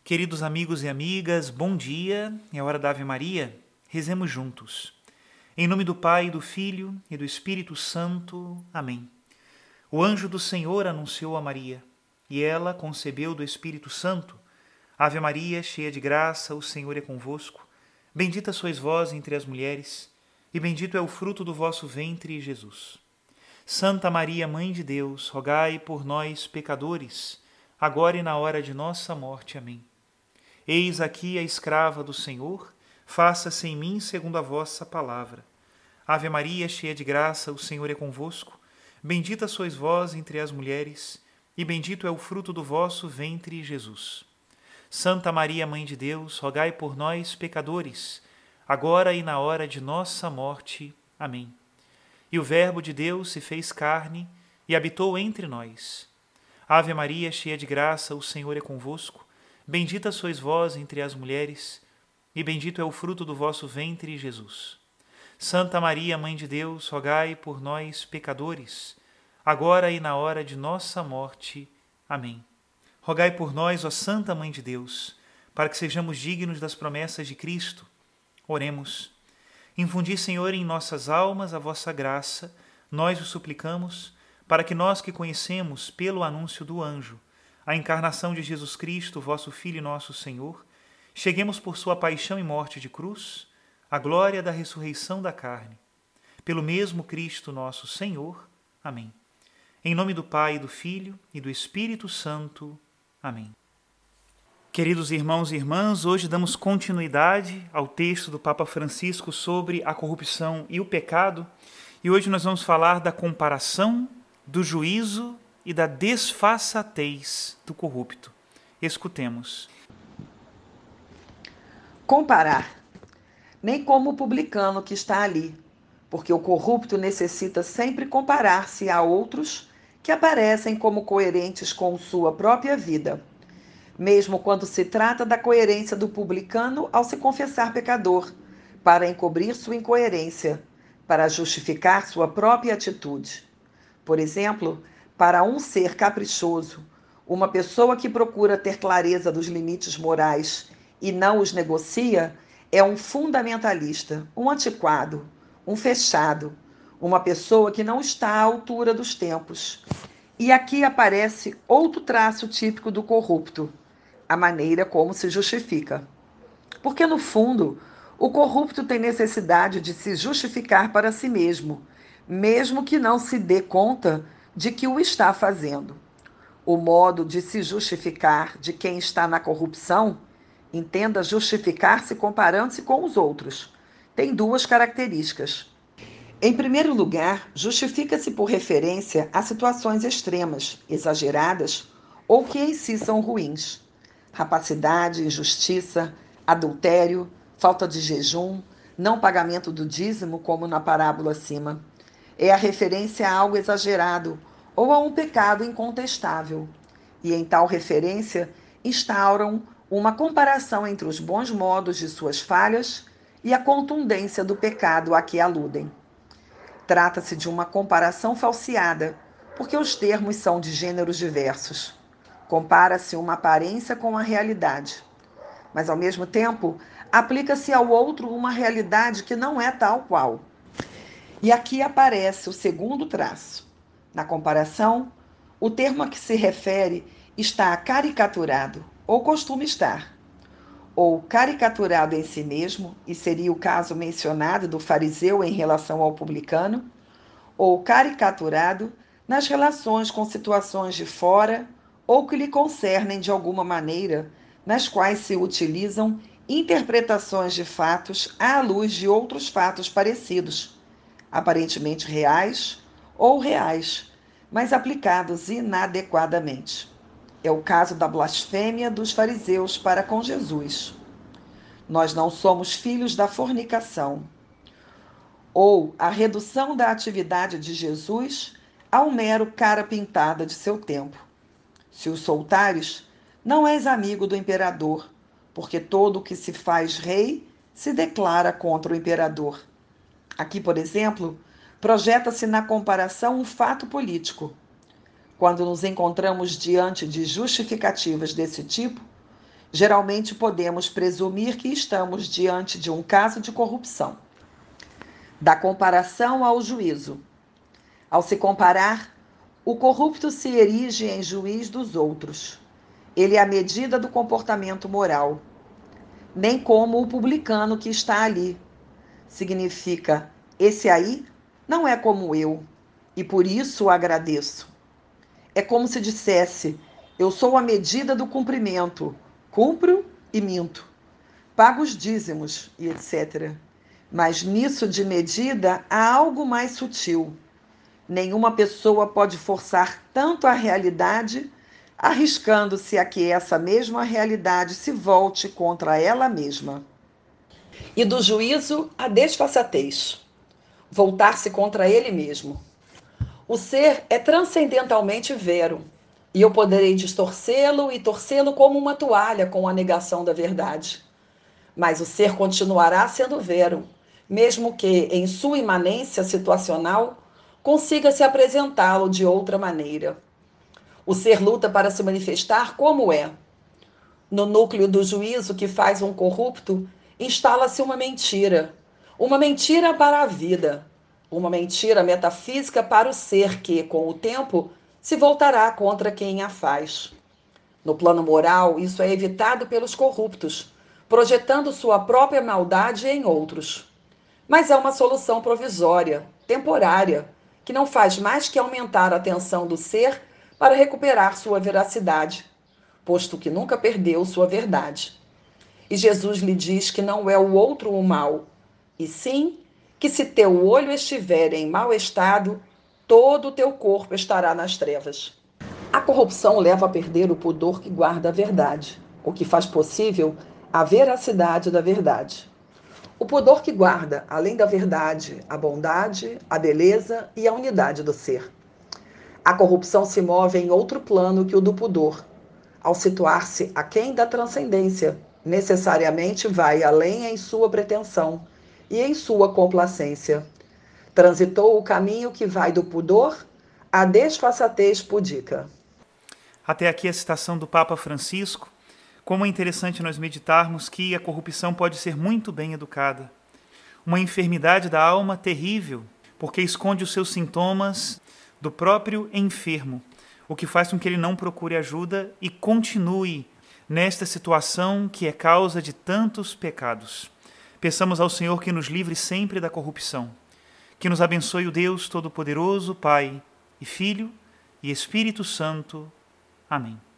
Queridos amigos e amigas, bom dia. É hora da Ave Maria. Rezemos juntos. Em nome do Pai, do Filho e do Espírito Santo. Amém. O anjo do Senhor anunciou a Maria, e ela concebeu do Espírito Santo. Ave Maria, cheia de graça, o Senhor é convosco. Bendita sois vós entre as mulheres, e bendito é o fruto do vosso ventre, Jesus. Santa Maria, Mãe de Deus, rogai por nós, pecadores, agora e na hora de nossa morte. Amém. Eis aqui a escrava do Senhor, faça-se em mim segundo a vossa palavra. Ave Maria, cheia de graça, o Senhor é convosco. Bendita sois vós entre as mulheres, e bendito é o fruto do vosso ventre, Jesus. Santa Maria, Mãe de Deus, rogai por nós, pecadores, agora e na hora de nossa morte. Amém. E o Verbo de Deus se fez carne e habitou entre nós. Ave Maria, cheia de graça, o Senhor é convosco. Bendita sois vós entre as mulheres, e bendito é o fruto do vosso ventre, Jesus. Santa Maria, Mãe de Deus, rogai por nós, pecadores, agora e na hora de nossa morte. Amém. Rogai por nós, ó Santa Mãe de Deus, para que sejamos dignos das promessas de Cristo. Oremos. Infundi, Senhor, em nossas almas a vossa graça, nós o suplicamos, para que nós que conhecemos, pelo anúncio do anjo, a encarnação de Jesus Cristo, vosso Filho e nosso Senhor, cheguemos por sua paixão e morte de cruz, à glória da ressurreição da carne. Pelo mesmo Cristo nosso Senhor. Amém. Em nome do Pai, do Filho e do Espírito Santo. Amém. Queridos irmãos e irmãs, hoje damos continuidade ao texto do Papa Francisco sobre a corrupção e o pecado, e hoje nós vamos falar da comparação, do juízo e da desfaçatez do corrupto. Escutemos. Comparar. Nem como o publicano que está ali, porque o corrupto necessita sempre comparar-se a outros que aparecem como coerentes com sua própria vida, mesmo quando se trata da coerência do publicano ao se confessar pecador, para encobrir sua incoerência, para justificar sua própria atitude. Por exemplo, para um ser caprichoso, uma pessoa que procura ter clareza dos limites morais e não os negocia, é um fundamentalista, um antiquado, um fechado, uma pessoa que não está à altura dos tempos. E aqui aparece outro traço típico do corrupto, a maneira como se justifica. Porque, no fundo, o corrupto tem necessidade de se justificar para si mesmo, mesmo que não se dê conta de que o está fazendo. O modo de se justificar de quem está na corrupção, entenda justificar-se comparando-se com os outros, tem duas características. Em primeiro lugar, justifica-se por referência a situações extremas, exageradas ou que em si são ruins. Rapacidade, injustiça, adultério, falta de jejum, não pagamento do dízimo, como na parábola acima. É a referência a algo exagerado ou a um pecado incontestável. E em tal referência instauram uma comparação entre os bons modos de suas falhas e a contundência do pecado a que aludem. Trata-se de uma comparação falseada, porque os termos são de gêneros diversos. Compara-se uma aparência com a realidade. Mas, ao mesmo tempo, aplica-se ao outro uma realidade que não é tal qual. E aqui aparece o segundo traço. Na comparação, o termo a que se refere está caricaturado, ou costuma estar. Ou caricaturado em si mesmo, e seria o caso mencionado do fariseu em relação ao publicano, ou caricaturado nas relações com situações de fora ou que lhe concernem de alguma maneira, nas quais se utilizam interpretações de fatos à luz de outros fatos parecidos, aparentemente reais ou reais, mas aplicados inadequadamente. É o caso da blasfêmia dos fariseus para com Jesus. Nós não somos filhos da fornicação. Ou a redução da atividade de Jesus ao mero cara pintada de seu tempo. Se o soltares, não és amigo do imperador, porque todo o que se faz rei se declara contra o imperador. Aqui, por exemplo, projeta-se na comparação um fato político. Quando nos encontramos diante de justificativas desse tipo, geralmente podemos presumir que estamos diante de um caso de corrupção. Da comparação ao juízo. Ao se comparar, o corrupto se erige em juiz dos outros. Ele é a medida do comportamento moral. Nem como o publicano que está ali. Significa, esse aí não é como eu, e por isso o agradeço. É como se dissesse, eu sou a medida do cumprimento, cumpro e minto, pago os dízimos e etc. Mas nisso de medida há algo mais sutil. Nenhuma pessoa pode forçar tanto a realidade, arriscando-se a que essa mesma realidade se volte contra ela mesma. E do juízo à desfaçatez, voltar-se contra ele mesmo. O ser é transcendentalmente vero, e eu poderei distorcê-lo e torcê-lo como uma toalha com a negação da verdade. Mas o ser continuará sendo vero, mesmo que, em sua imanência situacional, consiga se apresentá-lo de outra maneira. O ser luta para se manifestar como é. No núcleo do juízo que faz um corrupto, instala-se uma mentira para a vida, uma mentira metafísica para o ser que, com o tempo, se voltará contra quem a faz. No plano moral, isso é evitado pelos corruptos, projetando sua própria maldade em outros. Mas é uma solução provisória, temporária, que não faz mais que aumentar a tensão do ser para recuperar sua veracidade, posto que nunca perdeu sua verdade. E Jesus lhe diz que não é o outro o mal, e sim que se teu olho estiver em mau estado, todo o teu corpo estará nas trevas. A corrupção leva a perder o pudor que guarda a verdade, o que faz possível a veracidade da verdade. O pudor que guarda, além da verdade, a bondade, a beleza e a unidade do ser. A corrupção se move em outro plano que o do pudor. Ao situar-se aquém da transcendência, necessariamente vai além em sua pretensão e em sua complacência. Transitou o caminho que vai do pudor à desfaçatez pudica. Até aqui a citação do Papa Francisco. Como é interessante nós meditarmos que a corrupção pode ser muito bem educada. Uma enfermidade da alma terrível, porque esconde os seus sintomas do próprio enfermo, o que faz com que ele não procure ajuda e continue nesta situação que é causa de tantos pecados. Peçamos ao Senhor que nos livre sempre da corrupção, que nos abençoe o Deus Todo-Poderoso, Pai e Filho e Espírito Santo. Amém.